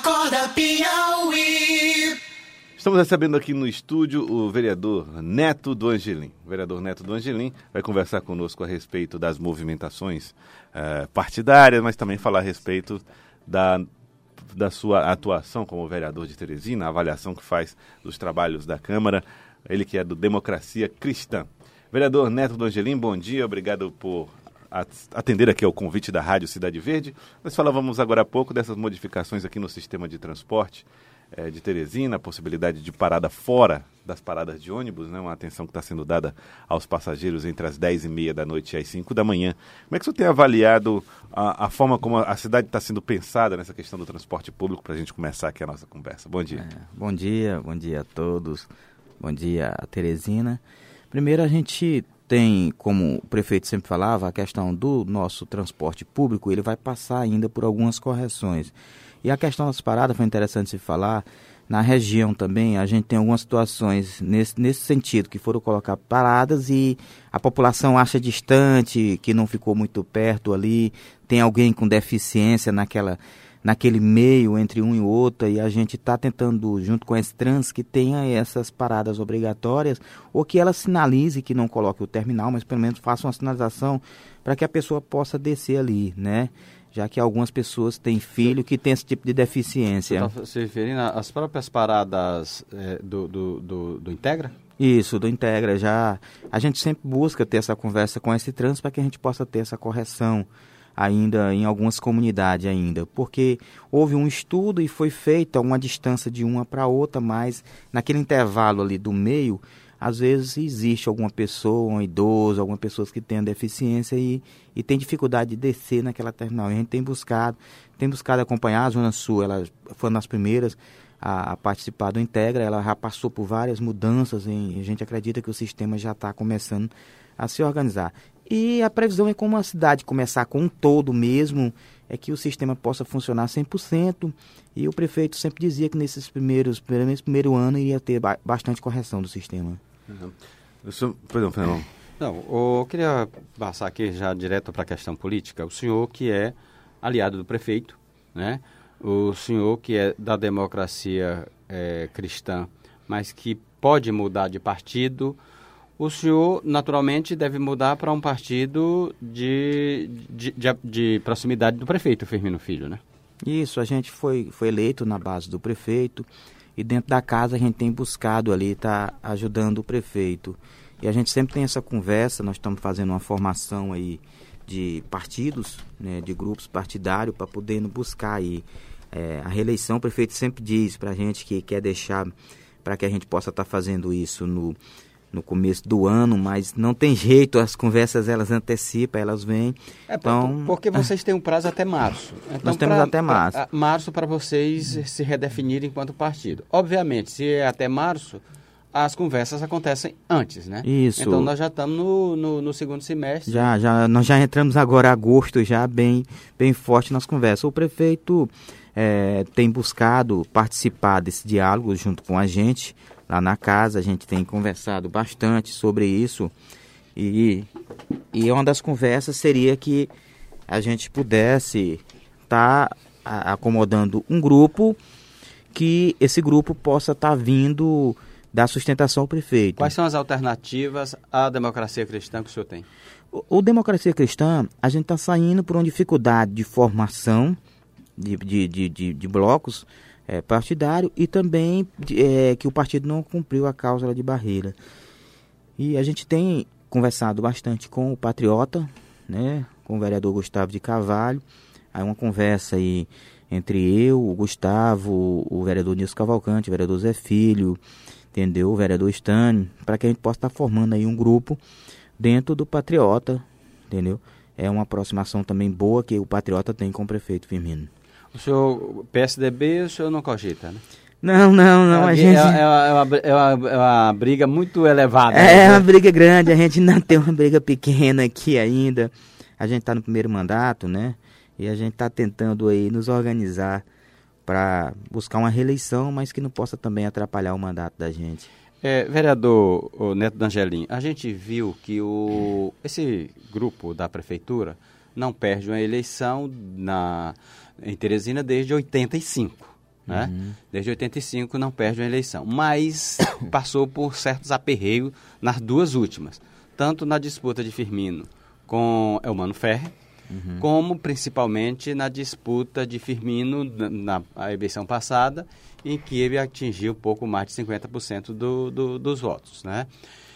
Acorda Piauí. Estamos recebendo aqui no estúdio o vereador Neto do Angelim. O vereador Neto do Angelim vai conversar conosco a respeito das movimentações partidárias, mas também falar a respeito da sua atuação como vereador de Teresina, a avaliação que faz dos trabalhos da Câmara, ele que é do Democracia Cristã. Vereador Neto do Angelim, bom dia, obrigado por atender aqui ao convite da Rádio Cidade Verde. Nós falávamos agora há pouco dessas modificações aqui no sistema de transporte de Teresina, a possibilidade de parada fora das paradas de ônibus, né? Uma atenção que está sendo dada aos passageiros entre as 10h30 da noite e as 5 da manhã. Como é que o senhor tem avaliado a forma como a cidade está sendo pensada nessa questão do transporte público, para a gente começar aqui a nossa conversa? Bom dia. Bom dia a todos, bom dia a Teresina. Primeiro, a gente tem, como o prefeito sempre falava, a questão do nosso transporte público, ele vai passar ainda por algumas correções. E a questão das paradas foi interessante se falar. Na região também, a gente tem algumas situações nesse sentido, que foram colocar paradas e a população acha distante, que não ficou muito perto ali, tem alguém com deficiência naquele meio entre um e outro, e a gente está tentando, junto com a Trans, que tenha essas paradas obrigatórias, ou que ela sinalize, que não coloque o terminal, mas pelo menos faça uma sinalização para que a pessoa possa descer ali, né? Já que algumas pessoas têm filho que tem esse tipo de deficiência. Você está se referindo às próprias paradas do Integra? Isso, do Integra. Já a gente sempre busca ter essa conversa com esse trânsito para que a gente possa ter essa correção ainda em algumas comunidades ainda, porque houve um estudo e foi feita uma distância de uma para outra, mas naquele intervalo ali do meio, às vezes existe alguma pessoa, um idoso, algumas pessoas que têm deficiência e tem dificuldade de descer naquela terminal. E a gente tem buscado acompanhar. A Zona Sul, ela foi uma das primeiras a participar do Integra, ela já passou por várias mudanças e a gente acredita que o sistema já está começando a se organizar. E a previsão é, como a cidade começar com um todo mesmo, é que o sistema possa funcionar 100%, e o prefeito sempre dizia que nesse primeiro ano iria ter bastante correção do sistema. Perdão, Fernando. Não, eu queria passar aqui já direto para a questão política. O senhor que é aliado do prefeito, né? O senhor que é da Democracia Cristã, mas que pode mudar de partido. O senhor, naturalmente, deve mudar para um partido de proximidade do prefeito, Firmino Filho, né? Isso, a gente foi eleito na base do prefeito e dentro da casa a gente tem buscado ali, estar ajudando o prefeito. E a gente sempre tem essa conversa, nós estamos fazendo uma formação aí de partidos, né, de grupos partidários, para poder buscar aí a reeleição. O prefeito sempre diz para a gente que quer deixar para que a gente possa estar fazendo isso no começo do ano, mas não tem jeito, as conversas elas antecipam, elas vêm. Então, porque vocês têm um prazo até março. Então, nós temos até março. Março para vocês se redefinirem enquanto partido. Obviamente, se é até março, as conversas acontecem antes, né? Isso. Então nós já estamos no segundo semestre. Nós já entramos agora em agosto, já bem forte nas conversas. O prefeito tem buscado participar desse diálogo junto com a gente. Lá na casa a gente tem conversado bastante sobre isso e uma das conversas seria que a gente pudesse estar acomodando um grupo, que esse grupo possa estar vindo dar sustentação ao prefeito. Quais são as alternativas à Democracia Cristã que o senhor tem? O Democracia Cristã, a gente está saindo por uma dificuldade de formação de blocos partidário e também que o partido não cumpriu a cláusula de barreira. E a gente tem conversado bastante com o Patriota, né, com o vereador Gustavo de Carvalho. Aí uma conversa aí entre eu, o Gustavo, o vereador Nilson Cavalcante, o vereador Zé Filho, entendeu? O vereador Stani, para que a gente possa estar formando aí um grupo dentro do Patriota, entendeu? É uma aproximação também boa que o Patriota tem com o prefeito Firmino. O senhor, PSDB, o senhor não cogita, né? Não, a gente... É uma briga muito elevada. É uma briga grande, a gente não tem uma briga pequena aqui ainda. A gente está no primeiro mandato, né? E a gente está tentando aí nos organizar para buscar uma reeleição, mas que não possa também atrapalhar o mandato da gente. Vereador Neto do Angelim, a gente viu que esse grupo da prefeitura não perde uma eleição em Teresina desde 85, né? Desde 85 não perde uma eleição, mas passou por certos aperreios nas duas últimas, tanto na disputa de Firmino com Elmano Ferrer, como principalmente na disputa de Firmino na eleição passada, em que ele atingiu pouco mais de 50% dos votos, né?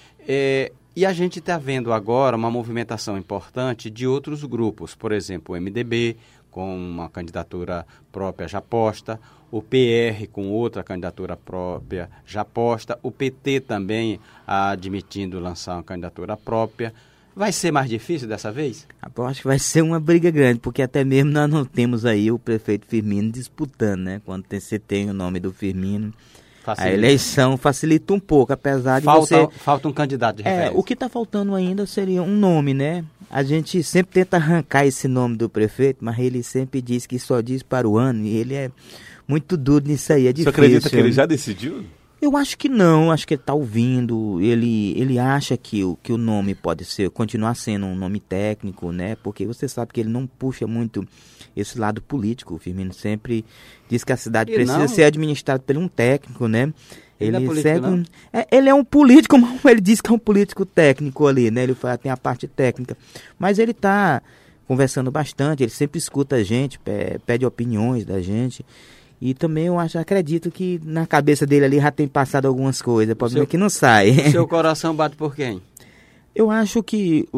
E a gente está vendo agora uma movimentação importante de outros grupos, por exemplo, o MDB, com uma candidatura própria já posta, o PR com outra candidatura própria já posta, o PT também admitindo lançar uma candidatura própria. Vai ser mais difícil dessa vez? Eu acho que vai ser uma briga grande, porque até mesmo nós não temos aí o prefeito Firmino disputando, né? Quando você tem o nome do Firmino, facilita. A eleição facilita um pouco, apesar de Falta um candidato de referência. O que está faltando ainda seria um nome, né? A gente sempre tenta arrancar esse nome do prefeito, mas ele sempre diz que só diz para o ano, e ele é muito duro nisso aí, é difícil. Você acredita que ele já decidiu? Eu acho que não, acho que ele está ouvindo, ele acha que o nome pode continuar sendo um nome técnico, né? Porque você sabe que ele não puxa muito esse lado político. O Firmino sempre diz que a cidade precisa ser administrada por um técnico, né? Ele é político, sempre, não? Ele é um político, mas ele diz que é um político técnico ali, né? Ele tem a parte técnica, mas ele está conversando bastante, ele sempre escuta a gente, pede opiniões da gente. E também acredito que na cabeça dele ali já tem passado algumas coisas, pode ver que não sai. O seu coração bate por quem? Eu acho que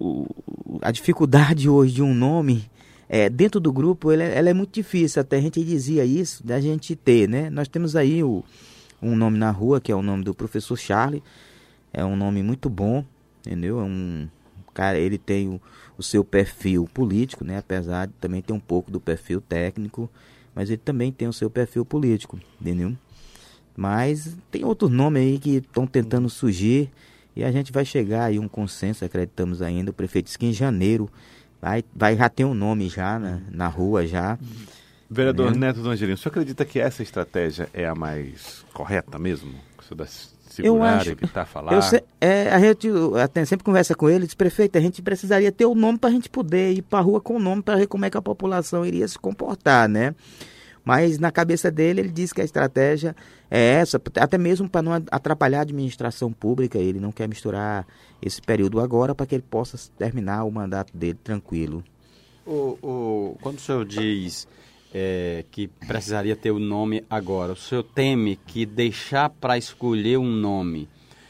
a dificuldade hoje de um nome, dentro do grupo, ela é muito difícil, até a gente dizia isso, da gente ter, né? Nós temos aí um nome na rua, que é o nome do professor Charlie, é um nome muito bom, entendeu? Cara, ele tem o seu perfil político, né? Apesar de também ter um pouco do perfil técnico, mas ele também tem o seu perfil político, entendeu? Mas tem outros nomes aí que estão tentando surgir e a gente vai chegar aí a um consenso, acreditamos ainda. O prefeito disse que em janeiro já ter um nome já na rua já. Vereador Neto do Angelino, o senhor acredita que essa estratégia é a mais correta mesmo? Isso da segurar, evitar falar? A gente até sempre conversa com ele, diz, prefeito, a gente precisaria ter o nome para a gente poder ir para a rua com o nome para ver como é que a população iria se comportar, né? Mas na cabeça dele, ele diz que a estratégia é essa, até mesmo para não atrapalhar a administração pública, ele não quer misturar esse período agora para que ele possa terminar o mandato dele tranquilo. Quando o senhor diz que precisaria ter o nome agora, o senhor teme que deixar para escolher um nome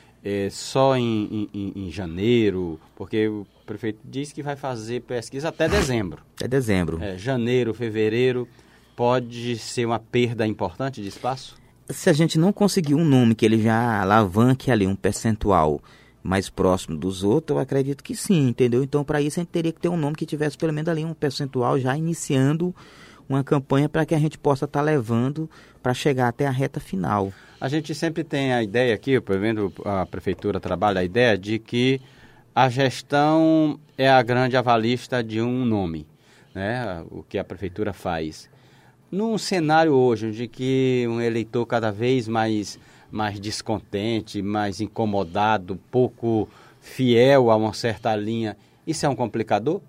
só em janeiro, porque o prefeito diz que vai fazer pesquisa até dezembro. Até dezembro. Janeiro, fevereiro, pode ser uma perda importante de espaço? Se a gente não conseguir um nome que ele já alavanque ali um percentual mais próximo dos outros, eu acredito que sim, entendeu? Então, para isso, a gente teria que ter um nome que tivesse pelo menos ali um percentual já iniciando uma campanha para que a gente possa estar levando para chegar até a reta final. A gente sempre tem a ideia aqui, vendo a prefeitura trabalha, a ideia de que a gestão é a grande avalista de um nome, né? O que a prefeitura faz. Num cenário hoje de que um eleitor cada vez mais descontente, mais incomodado, pouco fiel a uma certa linha, isso é um complicador?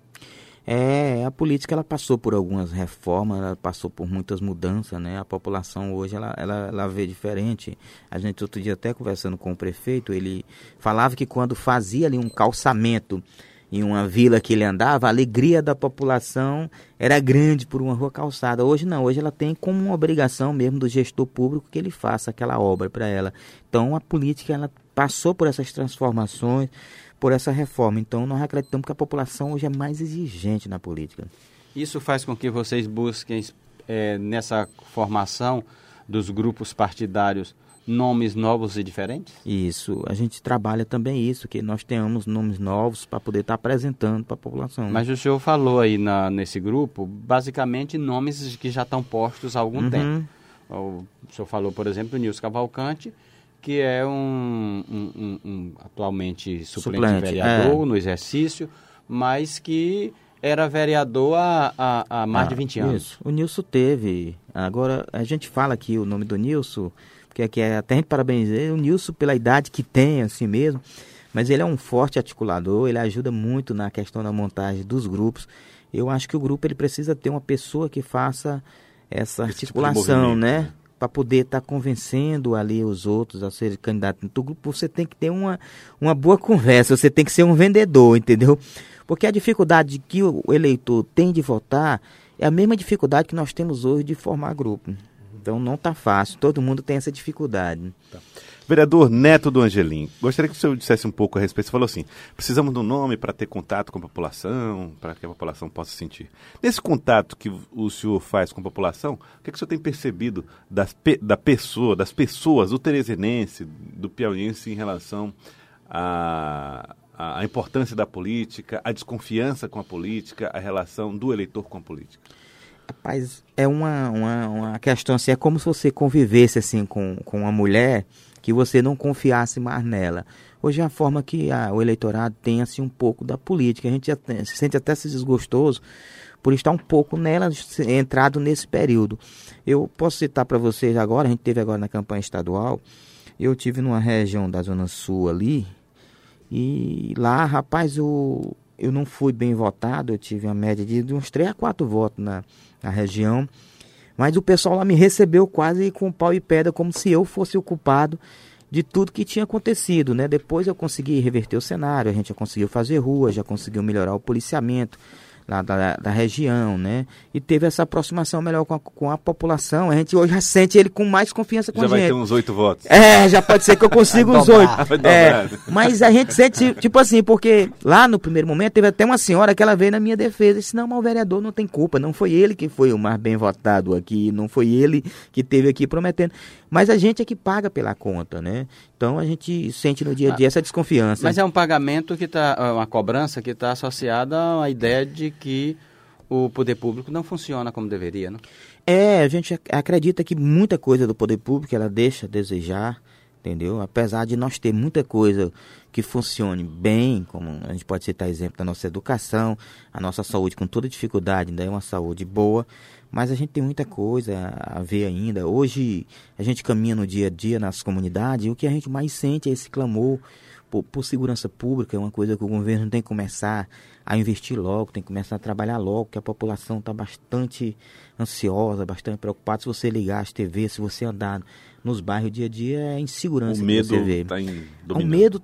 A política ela passou por algumas reformas, ela passou por muitas mudanças, né? A população hoje ela vê diferente. A gente outro dia até conversando com o prefeito, ele falava que quando fazia ali um calçamento em uma vila que ele andava, a alegria da população era grande por uma rua calçada. Hoje não, hoje ela tem como uma obrigação mesmo do gestor público que ele faça aquela obra para ela. Então a política ela passou por essas transformações, por essa reforma. Então nós acreditamos que a população hoje é mais exigente na política. Isso faz com que vocês busquem nessa formação dos grupos partidários nomes novos e diferentes? Isso, a gente trabalha também isso, que nós tenhamos nomes novos para poder estar apresentando para a população. Mas o senhor falou aí nesse grupo, basicamente nomes que já estão postos há algum tempo. O senhor falou, por exemplo, o Nilson Cavalcante, que é atualmente suplente vereador no exercício, mas que era vereador há mais de 20 anos. Isso. O Nilson teve. Agora, a gente fala aqui o nome do Nilson, porque aqui até a gente parabeniza o Nilson pela idade que tem, assim mesmo, mas ele é um forte articulador, ele ajuda muito na questão da montagem dos grupos. Eu acho que o grupo ele precisa ter uma pessoa que faça essa Esse tipo de articulação, movimento, né? né? Para poder estar convencendo ali os outros a ser candidato no teu grupo, você tem que ter uma boa conversa, você tem que ser um vendedor, entendeu? Porque a dificuldade que o eleitor tem de votar é a mesma dificuldade que nós temos hoje de formar grupo. Então não está fácil, todo mundo tem essa dificuldade. Tá. Vereador Neto do Angelim, gostaria que o senhor dissesse um pouco a respeito. Você falou assim, precisamos de um nome para ter contato com a população, para que a população possa sentir. Nesse contato que o senhor faz com a população, o que o senhor tem percebido das pessoas, do teresinense, do piauiense em relação à importância da política, a desconfiança com a política, a relação do eleitor com a política? Rapaz, é uma questão assim, é como se você convivesse assim com uma mulher que você não confiasse mais nela. Hoje é a forma que o eleitorado tem assim um pouco da política. A gente se sente até desgostoso por estar um pouco nela, entrado nesse período. Eu posso citar para vocês agora, a gente teve agora na campanha estadual, eu tive numa região da Zona Sul ali, e lá, rapaz, eu não fui bem votado, eu tive uma média de uns 3 a 4 votos na região, mas o pessoal lá me recebeu quase com pau e pedra, como se eu fosse o culpado de tudo que tinha acontecido, né? Depois eu consegui reverter o cenário, a gente já conseguiu fazer rua, já conseguiu melhorar o policiamento lá da região, né? E teve essa aproximação melhor com a população. A gente hoje já sente ele com mais confiança com a gente. Já vai ter uns 8 votos. Já pode ser que eu consiga uns 8. Mas a gente sente, tipo assim, porque lá no primeiro momento teve até uma senhora que ela veio na minha defesa e disse, não, mas o vereador não tem culpa, não foi ele que foi o mais bem votado aqui, não foi ele que esteve aqui prometendo. Mas a gente é que paga pela conta, né? Então a gente sente no dia a dia essa desconfiança. Mas é um pagamento que está, uma cobrança que está associada à ideia de que o poder público não funciona como deveria, não? A gente acredita que muita coisa do poder público ela deixa a desejar, entendeu? Apesar de nós ter muita coisa que funcione bem, como a gente pode citar exemplo da nossa educação, a nossa saúde com toda dificuldade ainda é uma saúde boa, mas a gente tem muita coisa a ver ainda. Hoje a gente caminha no dia a dia nas comunidades e o que a gente mais sente é esse clamor por segurança pública, é uma coisa que o governo tem que começar a investir logo, tem que começar a trabalhar logo, que a população está bastante ansiosa, bastante preocupada. Se você ligar as TV, se você andar nos bairros dia a dia, é insegurança o medo que você vê. Tá É um medo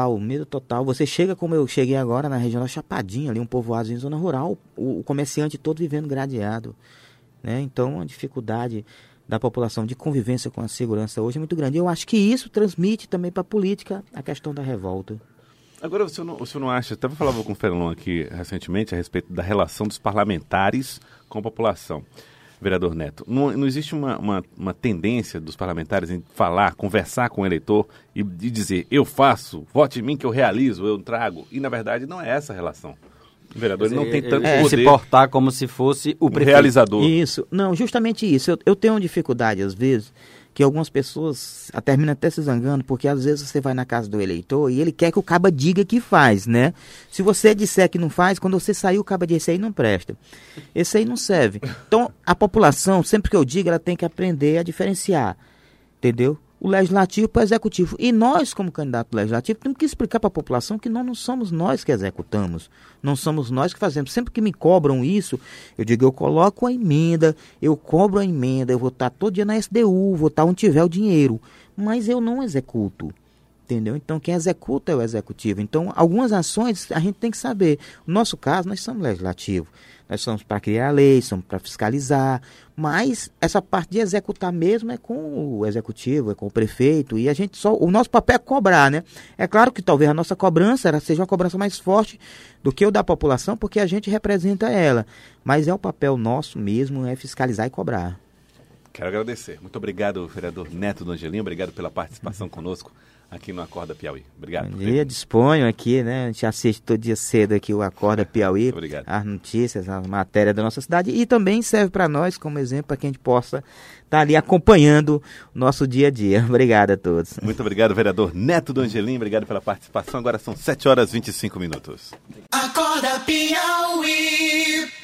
total. Você chega como eu cheguei agora na região da Chapadinha, ali um povoado em zona rural, o comerciante todo vivendo gradeado, né? Então a dificuldade da população de convivência com a segurança hoje é muito grande. Eu acho que isso transmite também para a política a questão da revolta. Agora, o senhor não acha, até falava com o Fernão aqui recentemente a respeito da relação dos parlamentares com a população, vereador Neto. Não existe uma tendência dos parlamentares em falar, conversar com o eleitor e dizer, eu faço, vote em mim que eu realizo, eu trago. E, na verdade, não é essa a relação. O vereador ele não tem tanto poder. Se portar como se fosse o prefeito. Realizador. Isso. Não, justamente isso. Eu tenho uma dificuldade, às vezes, que algumas pessoas terminam até se zangando, porque às vezes você vai na casa do eleitor e ele quer que o caba diga que faz, né? Se você disser que não faz, quando você sair, o caba diz, esse aí não presta. Esse aí não serve. Então, a população, sempre que eu digo, ela tem que aprender a diferenciar, entendeu? O legislativo para o executivo. E nós, como candidato legislativo, temos que explicar para a população que não somos nós que executamos, não somos nós que fazemos. Sempre que me cobram isso, eu digo, eu coloco a emenda, eu cobro a emenda, eu vou estar todo dia na SDU, vou estar onde tiver o dinheiro, mas eu não executo. Entendeu? Então, quem executa é o executivo. Então, algumas ações a gente tem que saber. No nosso caso, nós somos legislativo. Nós somos para criar lei, somos para fiscalizar, mas essa parte de executar mesmo é com o executivo, é com o prefeito, e a gente o nosso papel é cobrar, né? É claro que talvez a nossa cobrança seja uma cobrança mais forte do que o da população, porque a gente representa ela, mas é o papel nosso mesmo, é fiscalizar e cobrar. Quero agradecer. Muito obrigado, vereador Neto do Angelim, obrigado pela participação conosco aqui no Acorda Piauí. Obrigado. Bom dia, disponho aqui, né? A gente assiste todo dia cedo aqui o Acorda Piauí, obrigado. As notícias, as matérias da nossa cidade, e também serve para nós como exemplo para que a gente possa estar ali acompanhando o nosso dia a dia. Obrigado a todos. Muito obrigado, vereador Neto do Angelim, obrigado pela participação. Agora são 7h25. Acorda Piauí.